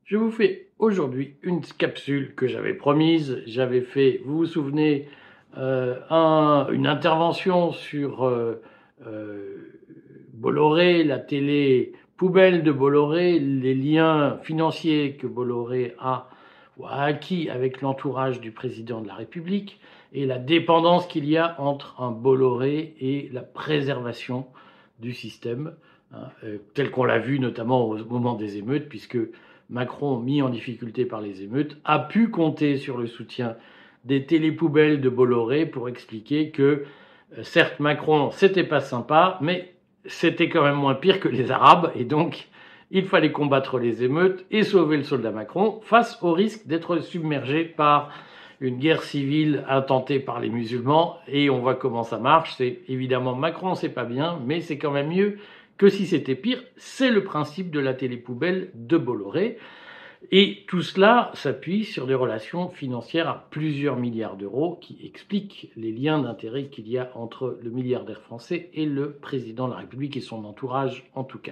Je vous fais aujourd'hui une capsule que j'avais promise. J'avais fait, vous vous souvenez, une intervention sur Bolloré, la télé poubelle de Bolloré, les liens financiers que Bolloré a ou a acquis avec l'entourage du président de la République et la dépendance qu'il y a entre un Bolloré et la préservation du système, tel qu'on l'a vu notamment au moment des émeutes, puisque Macron, mis en difficulté par les émeutes, a pu compter sur le soutien des télépoubelles de Bolloré pour expliquer que, certes, Macron, c'était pas sympa, mais c'était quand même moins pire que les Arabes, et donc il fallait combattre les émeutes et sauver le soldat Macron face au risque d'être submergé par une guerre civile intentée par les musulmans, et on voit comment ça marche. C'est évidemment Macron, c'est pas bien, mais c'est quand même mieux que si c'était pire. C'est le principe de la télépoubelle de Bolloré. Et tout cela s'appuie sur des relations financières à plusieurs milliards d'euros qui expliquent les liens d'intérêt qu'il y a entre le milliardaire français et le président de la République et son entourage en tout cas.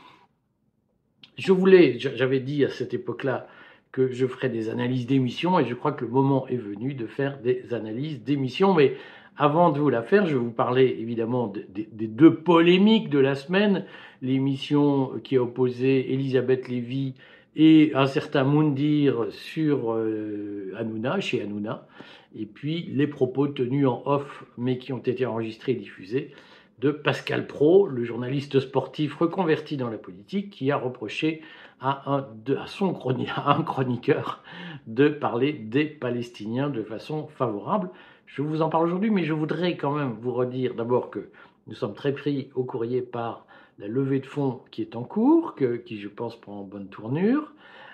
J'avais dit à cette époque-là que je ferais des analyses d'émissions et je crois que le moment est venu de faire des analyses d'émissions. Mais avant de vous la faire, je vais vous parler évidemment des deux polémiques de la semaine. L'émission qui a opposé Elisabeth Lévy et un certain Moundir sur Hanouna, chez Hanouna, et puis les propos tenus en off, mais qui ont été enregistrés et diffusés, de Pascal Praud, le journaliste sportif reconverti dans la politique, qui a reproché à un chroniqueur de parler des Palestiniens de façon favorable. Je vous en parle aujourd'hui, mais je voudrais quand même vous redire d'abord que nous sommes très pris au courrier par la levée de fonds qui est en cours, qui je pense prend bonne tournure,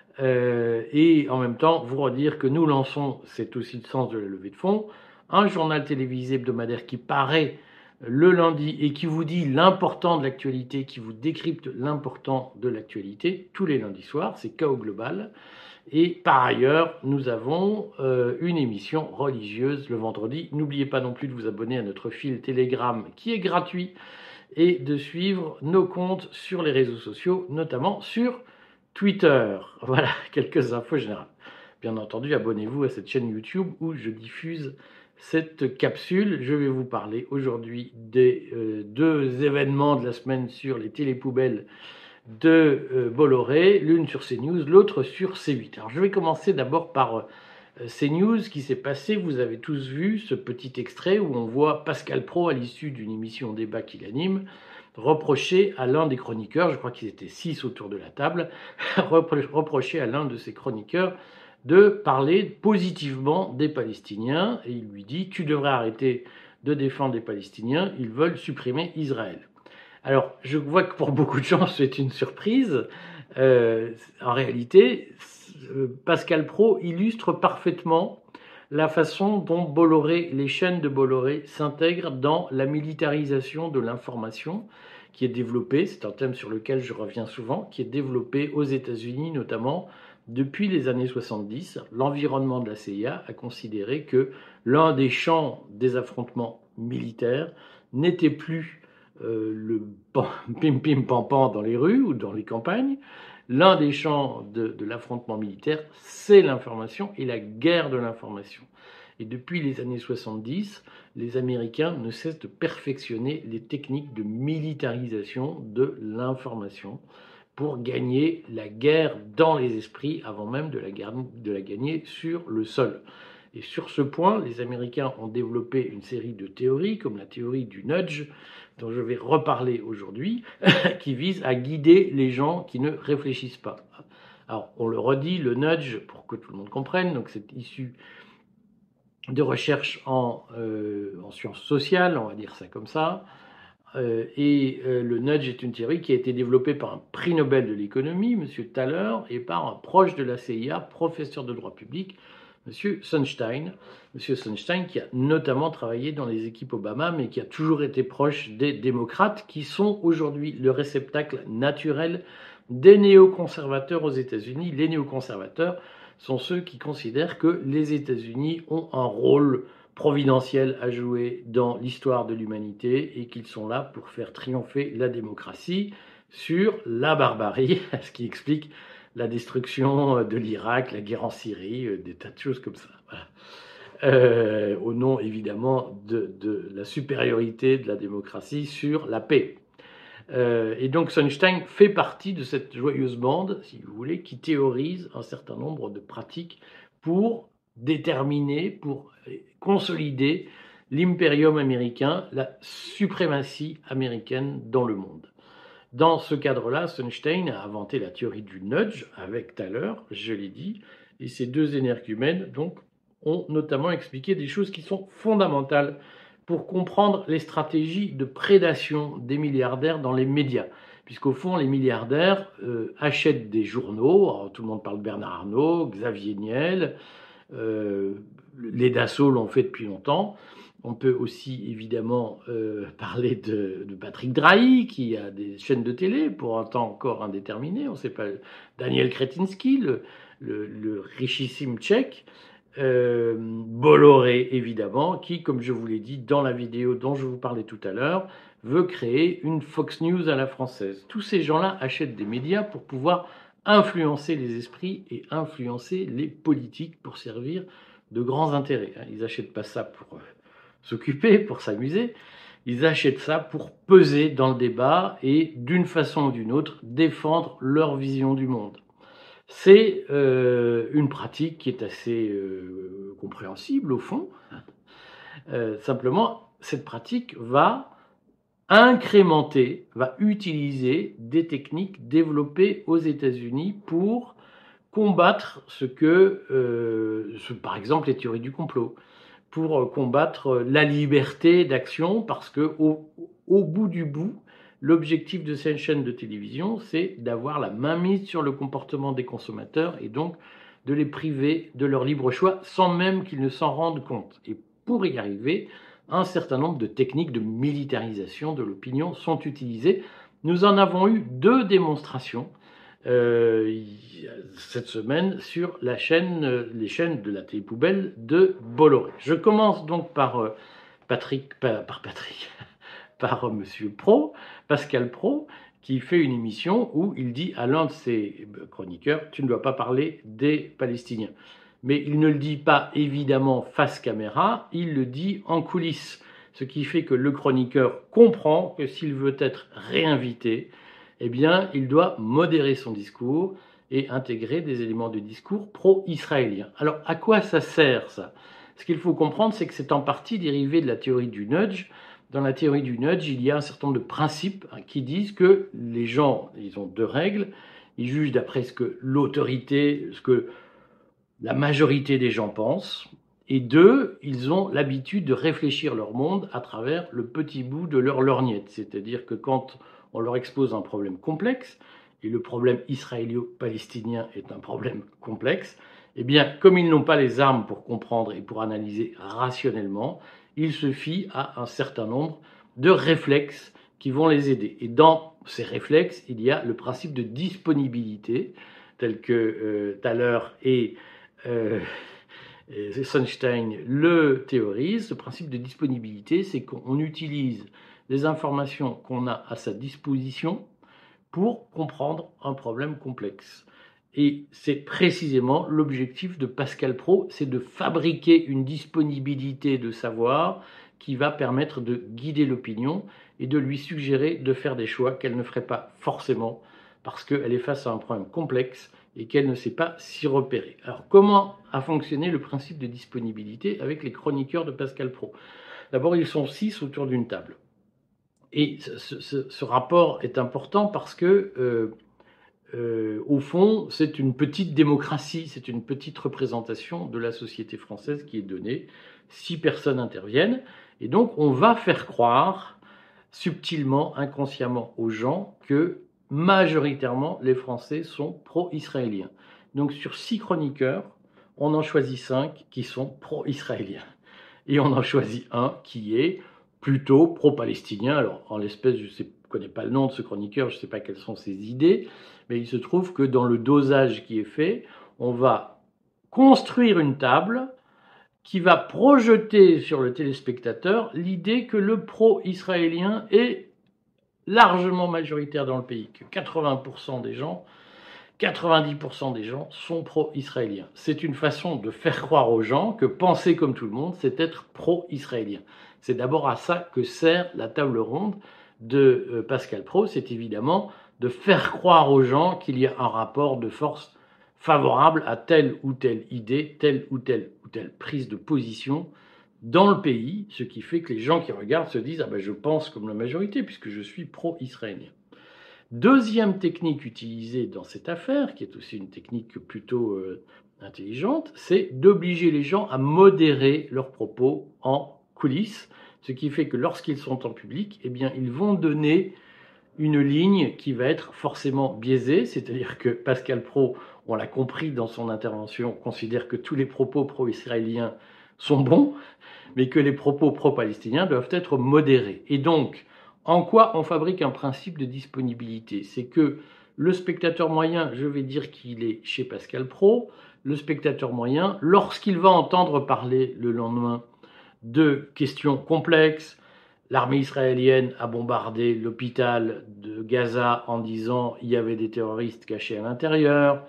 et en même temps vous redire que nous lançons, c'est aussi le sens de la levée de fonds, un journal télévisé hebdomadaire qui paraît le lundi et qui vous dit l'important de l'actualité, qui vous décrypte l'important de l'actualité tous les lundis soirs, c'est Chaos Global. Et par ailleurs, nous avons une émission religieuse le vendredi. N'oubliez pas non plus de vous abonner à notre fil Telegram qui est gratuit et de suivre nos comptes sur les réseaux sociaux, notamment sur Twitter. Voilà, quelques infos générales. Bien entendu, abonnez-vous à cette chaîne YouTube où je diffuse cette capsule. Je vais vous parler aujourd'hui des deux événements de la semaine sur les télépoubelles de Bolloré, l'une sur CNews, l'autre sur C8. Alors je vais commencer d'abord par CNews qui s'est passé. Vous avez tous vu ce petit extrait où on voit Pascal Praud, à l'issue d'une émission débat qu'il anime, reprocher à l'un des chroniqueurs, je crois qu'ils étaient 6 autour de la table, reprocher à l'un de ces chroniqueurs de parler positivement des Palestiniens, et il lui dit « Tu devrais arrêter de défendre les Palestiniens, ils veulent supprimer Israël ». Alors, je vois que pour beaucoup de gens, c'est une surprise. En réalité, Pascal Praud illustre parfaitement la façon dont Bolloré, les chaînes de Bolloré s'intègrent dans la militarisation de l'information qui est développée, c'est un thème sur lequel je reviens souvent, qui est développé aux États-Unis notamment depuis les années 70. L'environnement de la CIA a considéré que l'un des champs des affrontements militaires n'était plus le pim-pim-pam-pam dans les rues ou dans les campagnes. L'un des champs de l'affrontement militaire, c'est l'information et la guerre de l'information. Et depuis les années 70, les Américains ne cessent de perfectionner les techniques de militarisation de l'information pour gagner la guerre dans les esprits avant même de la gagner sur le sol. Et sur ce point, les Américains ont développé une série de théories, comme la théorie du nudge, dont je vais reparler aujourd'hui, qui vise à guider les gens qui ne réfléchissent pas. Alors, on le redit, le nudge, pour que tout le monde comprenne, donc c'est issu de recherches en sciences sociales, on va dire ça comme ça. Le nudge est une théorie qui a été développée par un prix Nobel de l'économie, M. Thaler, et par un proche de la CIA, professeur de droit public, M. Sunstein. M. Sunstein qui a notamment travaillé dans les équipes Obama, mais qui a toujours été proche des démocrates, qui sont aujourd'hui le réceptacle naturel des néoconservateurs aux États-Unis. Les néoconservateurs sont ceux qui considèrent que les États-Unis ont un rôle providentiel à jouer dans l'histoire de l'humanité et qu'ils sont là pour faire triompher la démocratie sur la barbarie, ce qui explique la destruction de l'Irak, la guerre en Syrie, des tas de choses comme ça. Voilà. Au nom évidemment de la supériorité de la démocratie sur la paix. Et donc Sunstein fait partie de cette joyeuse bande, si vous voulez, qui théorise un certain nombre de pratiques pour déterminer, pour consolider l'impérium américain, la suprématie américaine dans le monde. Dans ce cadre-là, Sunstein a inventé la théorie du nudge avec Thaler, je l'ai dit, et ces deux énergumènes donc, ont notamment expliqué des choses qui sont fondamentales pour comprendre les stratégies de prédation des milliardaires dans les médias. Puisqu'au fond, les milliardaires achètent des journaux, alors, tout le monde parle de Bernard Arnault, Xavier Niel, les Dassault l'ont fait depuis longtemps. On peut aussi évidemment parler de Patrick Drahi, qui a des chaînes de télé pour un temps encore indéterminé. On ne sait pas, Daniel Kretinsky, le richissime tchèque. Bolloré, évidemment, qui, comme je vous l'ai dit dans la vidéo dont je vous parlais tout à l'heure, veut créer une Fox News à la française. Tous ces gens-là achètent des médias pour pouvoir influencer les esprits et influencer les politiques pour servir de grands intérêts. Ils n'achètent pas ça pour s'occuper, pour s'amuser. Ils achètent ça pour peser dans le débat et, d'une façon ou d'une autre, défendre leur vision du monde. C'est une pratique qui est assez compréhensible au fond. Simplement, cette pratique va incrémenter, va utiliser des techniques développées aux États-Unis pour combattre par exemple, les théories du complot, pour combattre la liberté d'action, parce que au bout du bout, l'objectif de cette chaîne de télévision, c'est d'avoir la mainmise sur le comportement des consommateurs et donc de les priver de leur libre choix sans même qu'ils ne s'en rendent compte. Et pour y arriver, un certain nombre de techniques de militarisation de l'opinion sont utilisées. Nous en avons eu 2 démonstrations cette semaine sur les chaînes de la télé poubelle de Bolloré. Je commence donc par Monsieur Pro, Pascal Pro, qui fait une émission où il dit à l'un de ses chroniqueurs « Tu ne dois pas parler des Palestiniens ». Mais il ne le dit pas évidemment face caméra, il le dit en coulisses. Ce qui fait que le chroniqueur comprend que s'il veut être réinvité, eh bien, il doit modérer son discours et intégrer des éléments de discours pro-israéliens. Alors, à quoi ça sert, ça ? Ce qu'il faut comprendre, c'est que c'est en partie dérivé de la théorie du nudge. Dans la théorie du nudge, il y a un certain nombre de principes qui disent que les gens, ils ont 2 règles. Ils jugent d'après ce que l'autorité, ce que la majorité des gens pensent. Et 2, ils ont l'habitude de réfléchir leur monde à travers le petit bout de leur lorgnette. C'est-à-dire que quand on leur expose un problème complexe, et le problème israélo-palestinien est un problème complexe, eh bien, comme ils n'ont pas les armes pour comprendre et pour analyser rationnellement, ils se fient à un certain nombre de réflexes qui vont les aider. Et dans ces réflexes, il y a le principe de disponibilité, tel que Thaler et Sunstein le théorisent. Ce principe de disponibilité, c'est qu'on utilise les informations qu'on a à sa disposition pour comprendre un problème complexe. Et c'est précisément l'objectif de Pascal Pro, c'est de fabriquer une disponibilité de savoir qui va permettre de guider l'opinion et de lui suggérer de faire des choix qu'elle ne ferait pas forcément parce qu'elle est face à un problème complexe et qu'elle ne sait pas s'y repérer. Alors, comment a fonctionné le principe de disponibilité avec les chroniqueurs de Pascal Pro ? D'abord, ils sont 6 autour d'une table. Et ce rapport est important parce que, au fond, c'est une petite démocratie, c'est une petite représentation de la société française qui est donnée. 6 personnes interviennent, et donc on va faire croire subtilement, inconsciemment aux gens que majoritairement les Français sont pro-israéliens. Donc sur 6 chroniqueurs, on en choisit 5 qui sont pro-israéliens. Et on en choisit un qui est plutôt pro-palestinien. Alors, en l'espèce, je ne connais pas le nom de ce chroniqueur, je ne sais pas quelles sont ses idées, mais il se trouve que dans le dosage qui est fait, on va construire une table qui va projeter sur le téléspectateur l'idée que le pro-israélien est largement majoritaire dans le pays, que 80% des gens 90% des gens sont pro-israéliens. C'est une façon de faire croire aux gens que penser comme tout le monde, c'est être pro-israélien. C'est d'abord à ça que sert la table ronde de Pascal Praud, c'est évidemment de faire croire aux gens qu'il y a un rapport de force favorable à telle ou telle idée, telle ou telle prise de position dans le pays, ce qui fait que les gens qui regardent se disent « Ah ben je pense comme la majorité puisque je suis pro-israélien ». Deuxième technique utilisée dans cette affaire, qui est aussi une technique plutôt intelligente, c'est d'obliger les gens à modérer leurs propos en coulisses, ce qui fait que lorsqu'ils sont en public, eh bien, ils vont donner une ligne qui va être forcément biaisée, c'est-à-dire que Pascal Praud, on l'a compris dans son intervention, considère que tous les propos pro-israéliens sont bons, mais que les propos pro-palestiniens doivent être modérés. Et donc, en quoi on fabrique un principe de disponibilité? C'est que le spectateur moyen, je vais dire qu'il est chez Pascal Praud, le spectateur moyen, lorsqu'il va entendre parler le lendemain de questions complexes, l'armée israélienne a bombardé l'hôpital de Gaza en disant il y avait des terroristes cachés à l'intérieur,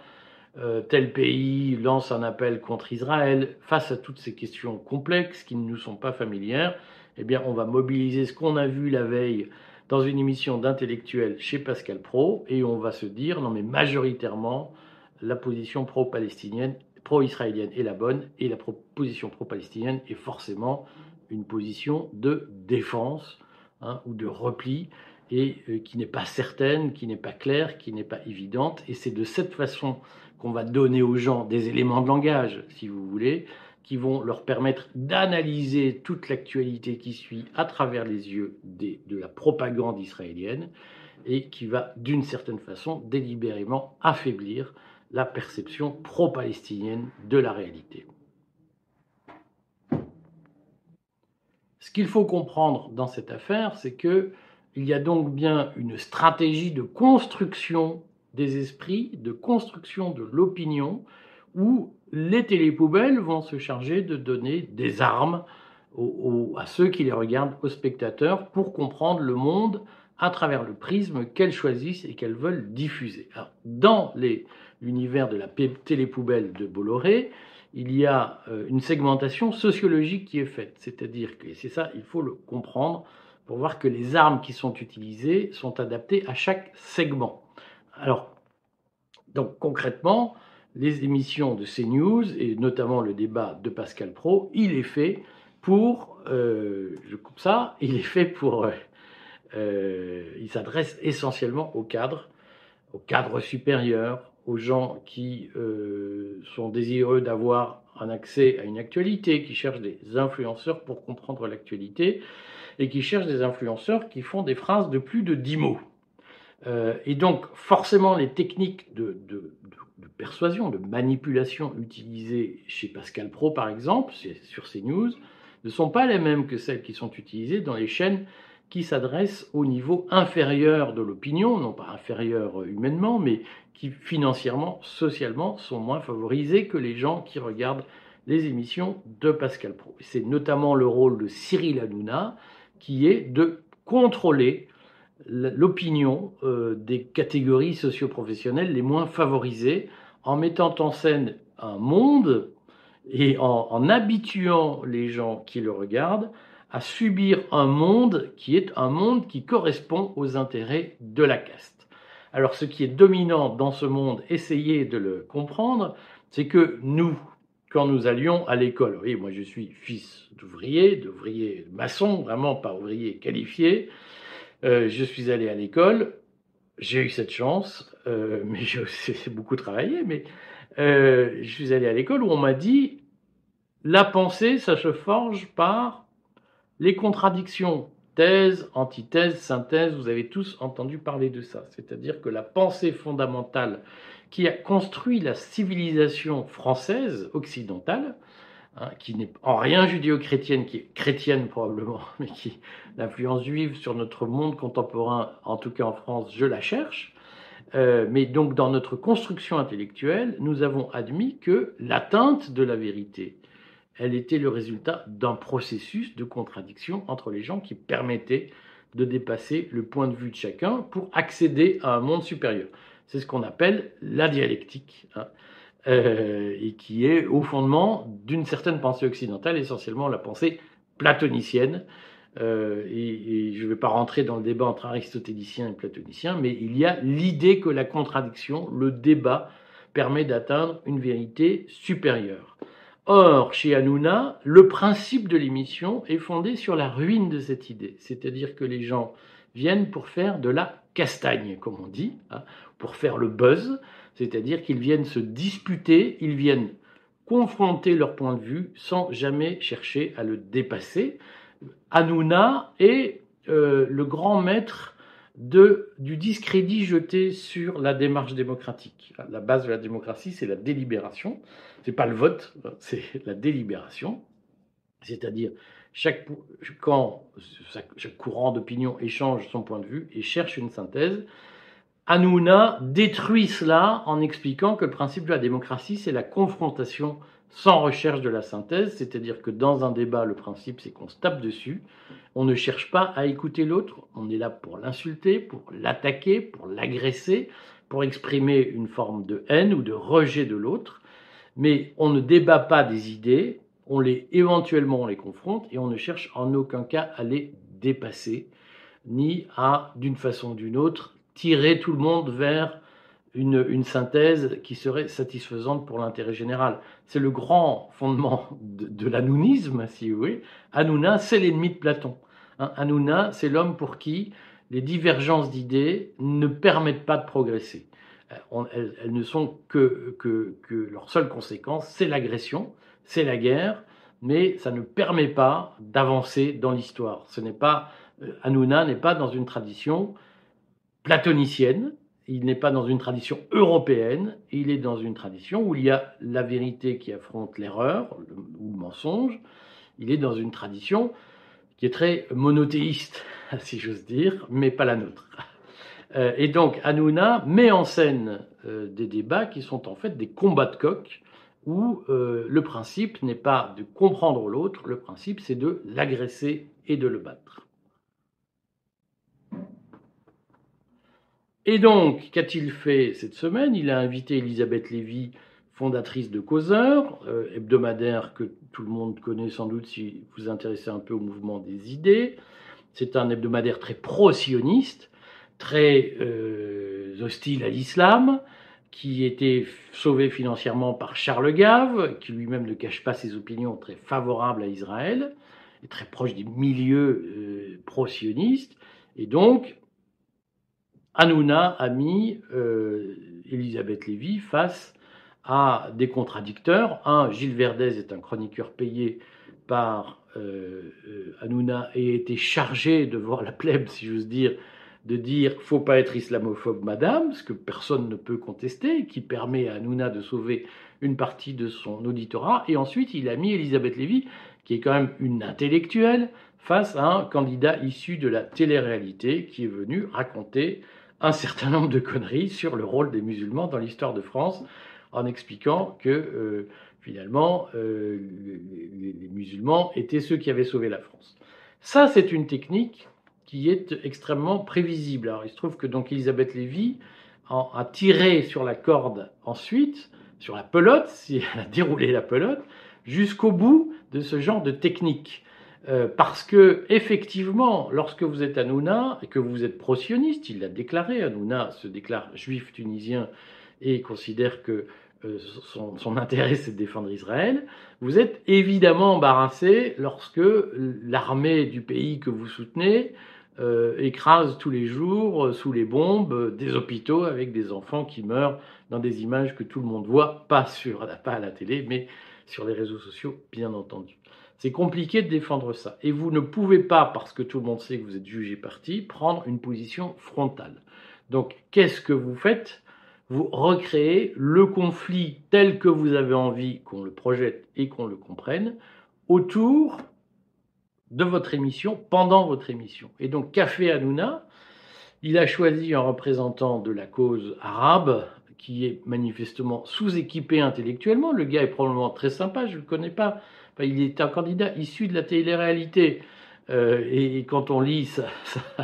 tel pays lance un appel contre Israël. Face à toutes ces questions complexes qui ne nous sont pas familières, eh bien, on va mobiliser ce qu'on a vu la veille dans une émission d'intellectuels chez Pascal Praud et on va se dire non mais majoritairement la position pro-palestinienne, pro-israélienne est la bonne et la position pro-palestinienne est forcément une position de défense ou de repli et qui n'est pas certaine, qui n'est pas claire, qui n'est pas évidente. Et c'est de cette façon qu'on va donner aux gens des éléments de langage, si vous voulez, qui vont leur permettre d'analyser toute l'actualité qui suit à travers les yeux de la propagande israélienne et qui va, d'une certaine façon, délibérément affaiblir la perception pro-palestinienne de la réalité. Ce qu'il faut comprendre dans cette affaire, c'est qu'il y a donc bien une stratégie de construction des esprits, de construction de l'opinion, où les télépoubelles vont se charger de donner des armes à ceux qui les regardent, aux spectateurs, pour comprendre le monde à travers le prisme qu'elles choisissent et qu'elles veulent diffuser. Alors, dans l'univers de la télépoubelle de Bolloré, il y a une segmentation sociologique qui est faite. C'est-à-dire que, et c'est ça, il faut le comprendre, pour voir que les armes qui sont utilisées sont adaptées à chaque segment. Alors, donc concrètement, les émissions de CNews, et notamment le débat de Pascal Praud, il est fait pour, je coupe ça, il est fait pour, il s'adresse essentiellement aux cadres supérieurs, aux gens qui sont désireux d'avoir un accès à une actualité, qui cherchent des influenceurs pour comprendre l'actualité, et qui cherchent des influenceurs qui font des phrases de plus de 10 mots. Et donc, forcément, les techniques de persuasion, de manipulation utilisées chez Pascal Praud, par exemple, sur CNews, ne sont pas les mêmes que celles qui sont utilisées dans les chaînes qui s'adressent au niveau inférieur de l'opinion, non pas inférieur humainement, mais qui financièrement, socialement, sont moins favorisés que les gens qui regardent les émissions de Pascal Praud. C'est notamment le rôle de Cyril Hanouna, qui est de contrôler l'opinion des catégories socio-professionnelles les moins favorisées, en mettant en scène un monde et en habituant les gens qui le regardent à subir un monde qui est un monde qui correspond aux intérêts de la caste. Alors ce qui est dominant dans ce monde, essayez de le comprendre, c'est que nous, quand nous allions à l'école, oui, moi je suis fils d'ouvrier maçon, vraiment pas ouvrier qualifié, je suis allé à l'école, j'ai eu cette chance, mais j'ai aussi beaucoup travaillé, mais je suis allé à l'école où on m'a dit la pensée, ça se forge par les contradictions, thèse, antithèse, synthèse, vous avez tous entendu parler de ça. C'est-à-dire que la pensée fondamentale qui a construit la civilisation française, occidentale, qui n'est en rien judéo-chrétienne, qui est chrétienne probablement, mais qui l'influence juive sur notre monde contemporain, en tout cas en France, je la cherche. Mais donc dans notre construction intellectuelle, nous avons admis que l'atteinte de la vérité, elle était le résultat d'un processus de contradiction entre les gens qui permettait de dépasser le point de vue de chacun pour accéder à un monde supérieur. c'est ce qu'on appelle la dialectique, hein, et qui est au fondement d'une certaine pensée occidentale, essentiellement la pensée platonicienne. Et je ne vais pas rentrer dans le débat entre aristotéliciens et platoniciens, mais il y a l'idée que la contradiction, le débat, permet d'atteindre une vérité supérieure. Or, chez Hanouna, le principe de l'émission est fondé sur la ruine de cette idée, c'est-à-dire que les gens viennent pour faire de la castagne, comme on dit, hein, pour faire le buzz, c'est-à-dire qu'ils viennent se disputer, ils viennent confronter leur point de vue sans jamais chercher à le dépasser. Hanouna est le grand maître du discrédit jeté sur la démarche démocratique. La base de la démocratie, c'est la délibération. C'est pas le vote, c'est la délibération. C'est-à-dire, chaque courant d'opinion échange son point de vue et cherche une synthèse. Hanouna détruit cela en expliquant que le principe de la démocratie, c'est la confrontation sans recherche de la synthèse, c'est-à-dire que dans un débat, le principe, c'est qu'on se tape dessus, on ne cherche pas à écouter l'autre, on est là pour l'insulter, pour l'attaquer, pour l'agresser, pour exprimer une forme de haine ou de rejet de l'autre, mais on ne débat pas des idées, éventuellement on les confronte et on ne cherche en aucun cas à les dépasser, ni à, d'une façon ou d'une autre, tirer tout le monde vers une synthèse qui serait satisfaisante pour l'intérêt général. C'est le grand fondement de l'hanounisme, si vous voulez. Hanouna, c'est l'ennemi de Platon. Hein, Hanouna, c'est l'homme pour qui les divergences d'idées ne permettent pas de progresser. Elles ne sont que leur seule conséquence, c'est l'agression, c'est la guerre, mais ça ne permet pas d'avancer dans l'histoire. Hanouna n'est pas dans une tradition platonicienne, il n'est pas dans une tradition européenne, il est dans une tradition où il y a la vérité qui affronte l'erreur ou le mensonge, il est dans une tradition qui est très monothéiste, si j'ose dire, mais pas la nôtre. Et donc Hanouna met en scène des débats qui sont en fait des combats de coqs, où le principe n'est pas de comprendre l'autre, le principe c'est de l'agresser et de le battre. Et donc, qu'a-t-il fait cette semaine? Il a invité Elisabeth Lévy, fondatrice de Causeur, hebdomadaire que tout le monde connaît sans doute si vous vous intéressez un peu au mouvement des idées. C'est un hebdomadaire très pro-sioniste, très hostile à l'islam, qui était sauvé financièrement par Charles Gave, qui lui-même ne cache pas ses opinions très favorables à Israël, et très proche des milieux pro-sionistes. Et donc, Hanouna a mis Elisabeth Lévy face à des contradicteurs. Gilles Verdez est un chroniqueur payé par Hanouna et a été chargé devant la plèbe, si j'ose dire, de dire qu'il ne faut pas être islamophobe, madame, ce que personne ne peut contester, qui permet à Hanouna de sauver une partie de son auditorat. Et ensuite, il a mis Elisabeth Lévy, qui est quand même une intellectuelle, face à un candidat issu de la télé-réalité qui est venu raconter un certain nombre de conneries sur le rôle des musulmans dans l'histoire de France, en expliquant que finalement les musulmans étaient ceux qui avaient sauvé la France. Ça, c'est une technique qui est extrêmement prévisible. Alors, il se trouve que donc Elisabeth Lévy a tiré sur la corde ensuite, sur la pelote, si elle a déroulé la pelote, jusqu'au bout de ce genre de technique. Parce que, effectivement, lorsque vous êtes Hanouna et que vous êtes pro-sioniste, il l'a déclaré, Hanouna se déclare juif tunisien et considère que son intérêt c'est de défendre Israël, vous êtes évidemment embarrassé lorsque l'armée du pays que vous soutenez écrase tous les jours sous les bombes des hôpitaux avec des enfants qui meurent dans des images que tout le monde voit, pas à la télé, mais sur les réseaux sociaux, bien entendu. C'est compliqué de défendre ça. Et vous ne pouvez pas, parce que tout le monde sait que vous êtes jugé parti, prendre une position frontale. Donc, qu'est-ce que vous faites? Vous recréez le conflit tel que vous avez envie qu'on le projette et qu'on le comprenne autour de votre émission, pendant votre émission. Et donc, qu'a fait Hanouna? Il a choisi un représentant de la cause arabe qui est manifestement sous-équipé intellectuellement. Le gars est probablement très sympa, je ne le connais pas. Enfin, il est un candidat issu de la télé-réalité. Et quand on lit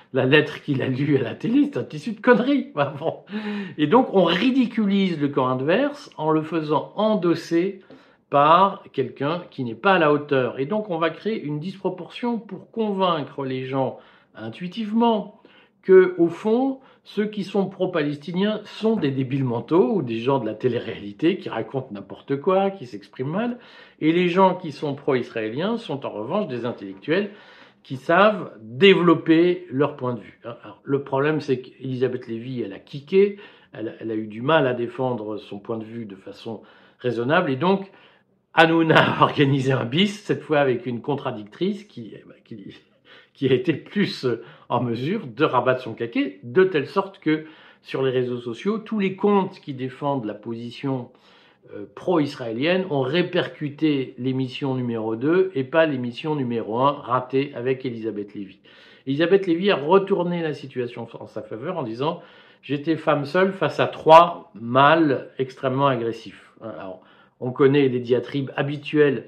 la lettre qu'il a lue à la télé, c'est un tissu de conneries. Bon. Et donc on ridiculise le camp adverse en le faisant endosser par quelqu'un qui n'est pas à la hauteur. Et donc on va créer une disproportion pour convaincre les gens intuitivement que, au fond, ceux qui sont pro-palestiniens sont des débiles mentaux ou des gens de la télé-réalité qui racontent n'importe quoi, qui s'expriment mal, et les gens qui sont pro-israéliens sont en revanche des intellectuels qui savent développer leur point de vue. Alors, le problème, c'est qu'Elisabeth Lévy, elle a kické, elle a eu du mal à défendre son point de vue de façon raisonnable, et donc Hanouna a organisé un bis, cette fois avec une contradictrice qui a été plus en mesure de rabattre son caquet, de telle sorte que sur les réseaux sociaux, tous les comptes qui défendent la position pro-israélienne ont répercuté l'émission numéro 2 et pas l'émission numéro 1 ratée avec Elisabeth Lévy. Elisabeth Lévy a retourné la situation en sa faveur en disant « J'étais femme seule face à 3 mâles extrêmement agressifs ». Alors, on connaît les diatribes habituelles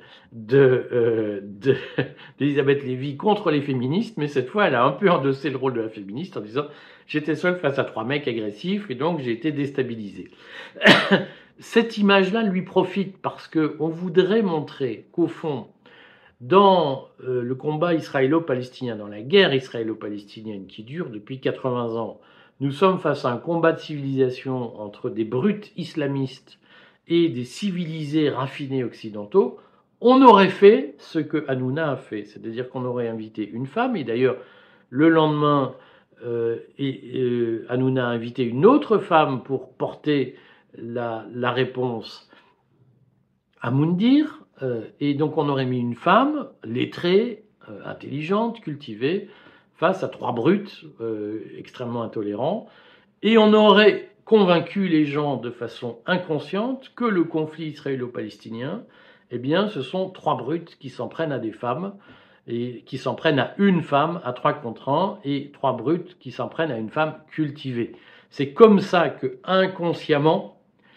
d'Elisabeth Lévy contre les féministes, mais cette fois, elle a un peu endossé le rôle de la féministe en disant « J'étais seule face à 3 mecs agressifs et donc j'ai été déstabilisée ». Cette image-là lui profite parce qu'on voudrait montrer qu'au fond, dans le combat israélo-palestinien, dans la guerre israélo-palestinienne qui dure depuis 80 ans, nous sommes face à un combat de civilisation entre des brutes islamistes et des civilisés raffinés occidentaux. On aurait fait ce que Hanouna a fait, c'est-à-dire qu'on aurait invité une femme, et d'ailleurs le lendemain, Hanouna a invité une autre femme pour porter la réponse à Moundir, et donc on aurait mis une femme lettrée, intelligente, cultivée, face à 3 brutes extrêmement intolérants, et on aurait convaincu les gens de façon inconsciente que le conflit israélo-palestinien, eh bien, ce sont 3 brutes qui s'en prennent à des femmes, et qui s'en prennent à une femme à 3 contre 1, et 3 brutes qui s'en prennent à une femme cultivée. C'est comme ça que, inconsciemment,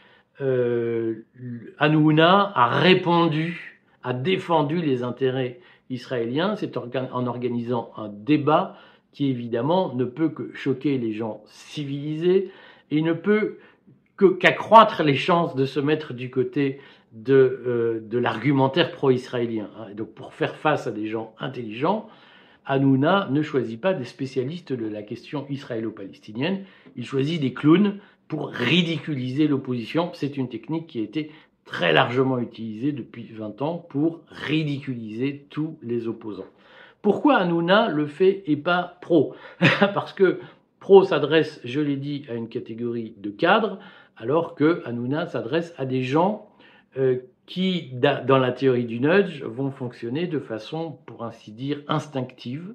Hanouna a répondu, a défendu les intérêts israéliens, c'est en organisant un débat qui évidemment ne peut que choquer les gens civilisés et ne peut qu'accroître les chances de se mettre du côté de l'argumentaire pro-israélien. Et donc pour faire face à des gens intelligents, Hanouna ne choisit pas des spécialistes de la question israélo-palestinienne, il choisit des clowns pour ridiculiser l'opposition. C'est une technique qui a été très largement utilisée depuis 20 ans pour ridiculiser tous les opposants. Pourquoi Hanouna le fait et pas Pro? Parce que Pro s'adresse, je l'ai dit, à une catégorie de cadres, alors que Hanouna s'adresse à des gens qui, dans la théorie du nudge, vont fonctionner de façon, pour ainsi dire, instinctive,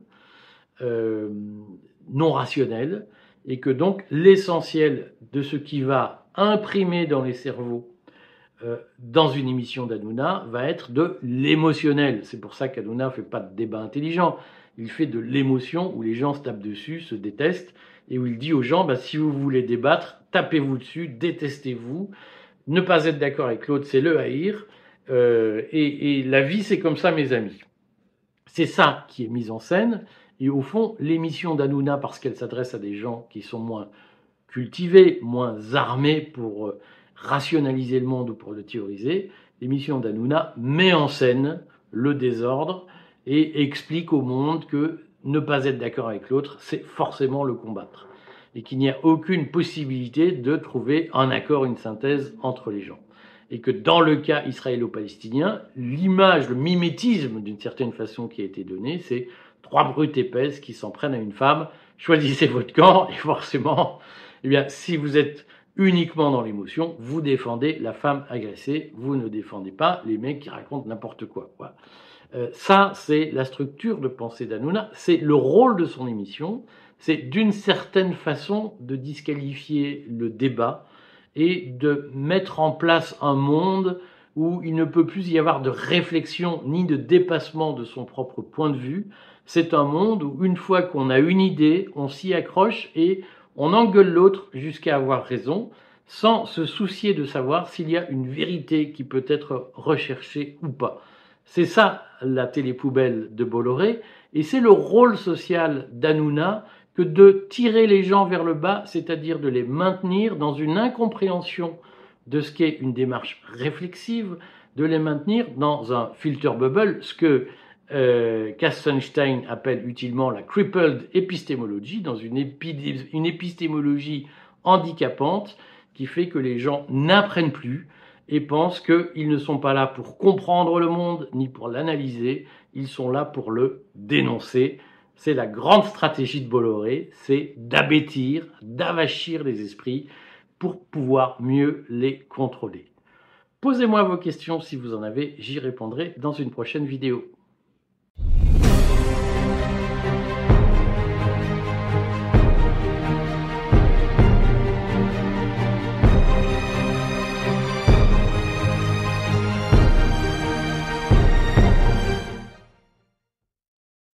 non rationnelle, et que donc l'essentiel de ce qui va imprimer dans les cerveaux dans une émission d'Hanouna va être de l'émotionnel. C'est pour ça qu'Hanouna ne fait pas de débat intelligent. Il fait de l'émotion où les gens se tapent dessus, se détestent, et où il dit aux gens, si vous voulez débattre, tapez-vous dessus, détestez-vous. Ne pas être d'accord avec l'autre, c'est le haïr. Et la vie, c'est comme ça, mes amis. C'est ça qui est mis en scène. Et au fond, l'émission d'Hanouna, parce qu'elle s'adresse à des gens qui sont moins cultivés, moins armés pour rationaliser le monde ou pour le théoriser, l'émission d'Hanouna met en scène le désordre et explique au monde que ne pas être d'accord avec l'autre, c'est forcément le combattre. Et qu'il n'y a aucune possibilité de trouver un accord, une synthèse entre les gens. Et que dans le cas israélo-palestinien, l'image, le mimétisme d'une certaine façon qui a été donné, c'est 3 brutes épaisses qui s'en prennent à une femme, choisissez votre camp, et forcément, eh bien, si vous êtes uniquement dans l'émotion, vous défendez la femme agressée, vous ne défendez pas les mecs qui racontent n'importe quoi. Voilà. Ça, c'est la structure de pensée d'Hanouna, c'est le rôle de son émission, c'est d'une certaine façon de disqualifier le débat et de mettre en place un monde où il ne peut plus y avoir de réflexion ni de dépassement de son propre point de vue. C'est un monde où une fois qu'on a une idée, on s'y accroche et on engueule l'autre jusqu'à avoir raison, sans se soucier de savoir s'il y a une vérité qui peut être recherchée ou pas. C'est ça la télépoubelle de Bolloré, et c'est le rôle social d'Hanouna que de tirer les gens vers le bas, c'est-à-dire de les maintenir dans une incompréhension de ce qu'est une démarche réflexive, de les maintenir dans un filter bubble, ce que Kassenstein appelle utilement la crippled epistemology, dans une épistémologie handicapante qui fait que les gens n'apprennent plus et pensent qu'ils ne sont pas là pour comprendre le monde ni pour l'analyser, ils sont là pour le dénoncer. C'est la grande stratégie de Bolloré, c'est d'abêtir, d'avachir les esprits pour pouvoir mieux les contrôler. Posez-moi vos questions si vous en avez, j'y répondrai dans une prochaine vidéo.